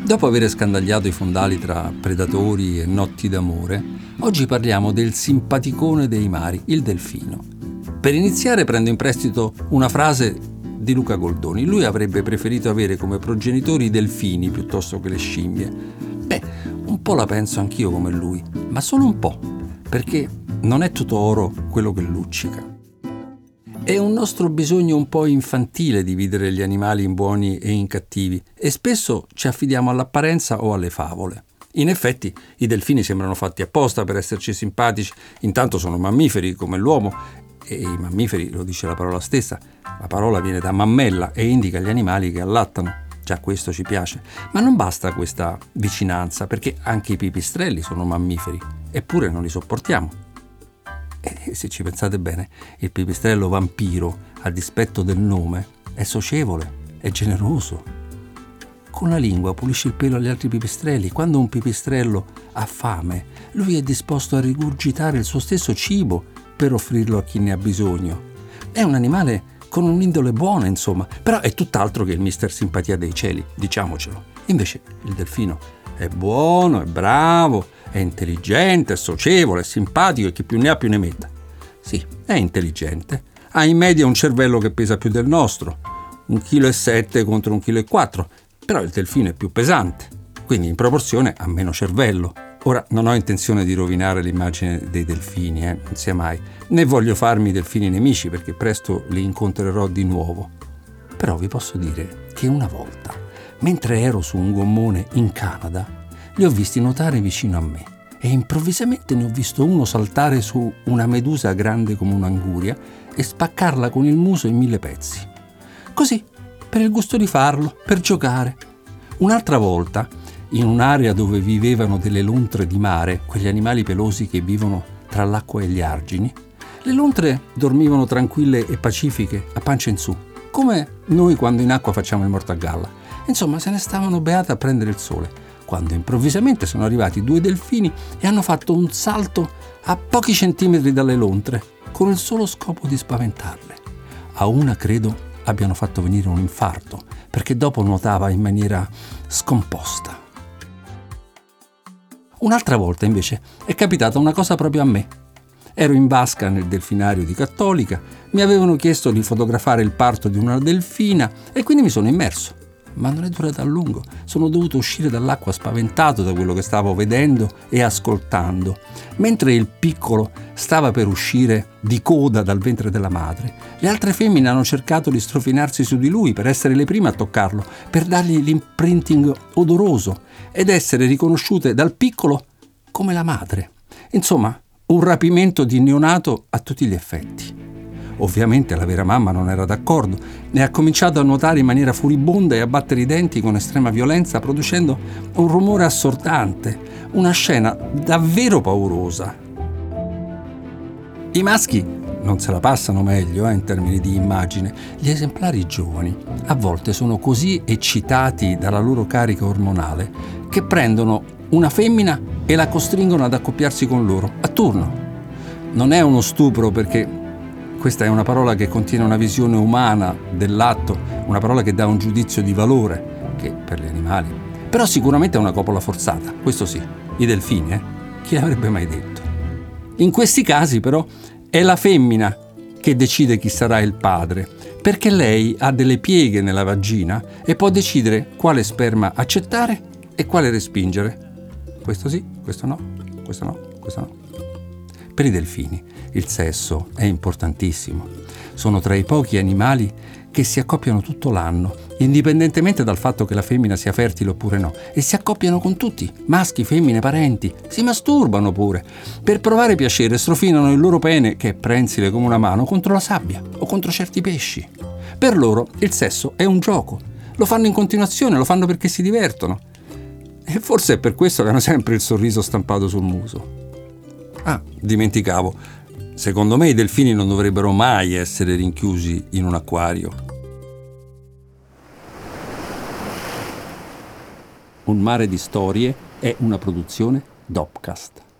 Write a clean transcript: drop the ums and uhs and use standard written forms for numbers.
Dopo aver scandagliato i fondali tra predatori e notti d'amore, oggi parliamo del simpaticone dei mari, il delfino. Per iniziare prendo in prestito una frase di Luca Goldoni. Lui avrebbe preferito avere come progenitori i delfini piuttosto che le scimmie. Un po' la penso anch'io come lui, ma solo un po', perché non è tutto oro quello che luccica. È un nostro bisogno un po' infantile dividere gli animali in buoni e in cattivi e spesso ci affidiamo all'apparenza o alle favole. In effetti i delfini sembrano fatti apposta per esserci simpatici, intanto sono mammiferi come l'uomo e i mammiferi, lo dice la parola stessa, la parola viene da mammella e indica gli animali che allattano. Già questo ci piace, ma non basta questa vicinanza perché anche i pipistrelli sono mammiferi, eppure non li sopportiamo. E se ci pensate bene, il pipistrello vampiro, a dispetto del nome, è socievole, è generoso. Con la lingua pulisce il pelo agli altri pipistrelli. Quando un pipistrello ha fame, lui è disposto a rigurgitare il suo stesso cibo per offrirlo a chi ne ha bisogno. È un animale con un'indole buona, insomma, però è tutt'altro che il mister simpatia dei cieli, diciamocelo. Invece il delfino è buono, è bravo, è intelligente, è socievole, è simpatico e chi più ne ha più ne metta. Sì, è intelligente. Ha in media un cervello che pesa più del nostro, 1,7 kg contro 1,4 kg, però il delfino è più pesante, quindi in proporzione ha meno cervello. Ora, non ho intenzione di rovinare l'immagine dei delfini, non sia mai, né voglio farmi delfini nemici perché presto li incontrerò di nuovo. Però vi posso dire che una volta, mentre ero su un gommone in Canada, li ho visti nuotare vicino a me e improvvisamente ne ho visto uno saltare su una medusa grande come un'anguria e spaccarla con il muso in 1000 pezzi. Così, per il gusto di farlo, per giocare. Un'altra volta, in un'area dove vivevano delle lontre di mare, quegli animali pelosi che vivono tra l'acqua e gli argini, le lontre dormivano tranquille e pacifiche a pancia in su, come noi quando in acqua facciamo il morto a galla. Insomma, se ne stavano beate a prendere il sole, quando improvvisamente sono arrivati 2 delfini e hanno fatto un salto a pochi centimetri dalle lontre, con il solo scopo di spaventarle. A una credo abbiano fatto venire un infarto, perché dopo nuotava in maniera scomposta. Un'altra volta invece è capitata una cosa proprio a me. Ero in vasca nel delfinario di Cattolica, mi avevano chiesto di fotografare il parto di una delfina e quindi mi sono immerso. Ma non è durata a lungo, sono dovuto uscire dall'acqua spaventato da quello che stavo vedendo e ascoltando. Mentre il piccolo stava per uscire di coda dal ventre della madre, le altre femmine hanno cercato di strofinarsi su di lui per essere le prime a toccarlo, per dargli l'imprinting odoroso ed essere riconosciute dal piccolo come la madre. Insomma, un rapimento di neonato a tutti gli effetti. Ovviamente la vera mamma non era d'accordo e ha cominciato a nuotare in maniera furibonda e a battere i denti con estrema violenza, producendo un rumore assordante, una scena davvero paurosa. I maschi non se la passano meglio in termini di immagine. Gli esemplari giovani a volte sono così eccitati dalla loro carica ormonale che prendono una femmina e la costringono ad accoppiarsi con loro, a turno. Non è uno stupro perché questa è una parola che contiene una visione umana dell'atto, una parola che dà un giudizio di valore, che per gli animali. Però sicuramente è una coppola forzata, questo sì. I delfini, chi l'avrebbe mai detto? In questi casi però è la femmina che decide chi sarà il padre, perché lei ha delle pieghe nella vagina e può decidere quale sperma accettare e quale respingere. Questo sì, questo no, questo no, questo no. Per i delfini il sesso è importantissimo. Sono tra i pochi animali che si accoppiano tutto l'anno, indipendentemente dal fatto che la femmina sia fertile oppure no, e si accoppiano con tutti, maschi, femmine, parenti, si masturbano pure. Per provare piacere strofinano il loro pene, che è prensile come una mano, contro la sabbia o contro certi pesci. Per loro il sesso è un gioco, lo fanno in continuazione, lo fanno perché si divertono. E forse è per questo che hanno sempre il sorriso stampato sul muso. Ah, dimenticavo. Secondo me i delfini non dovrebbero mai essere rinchiusi in un acquario. Un mare di storie è una produzione Dopcast.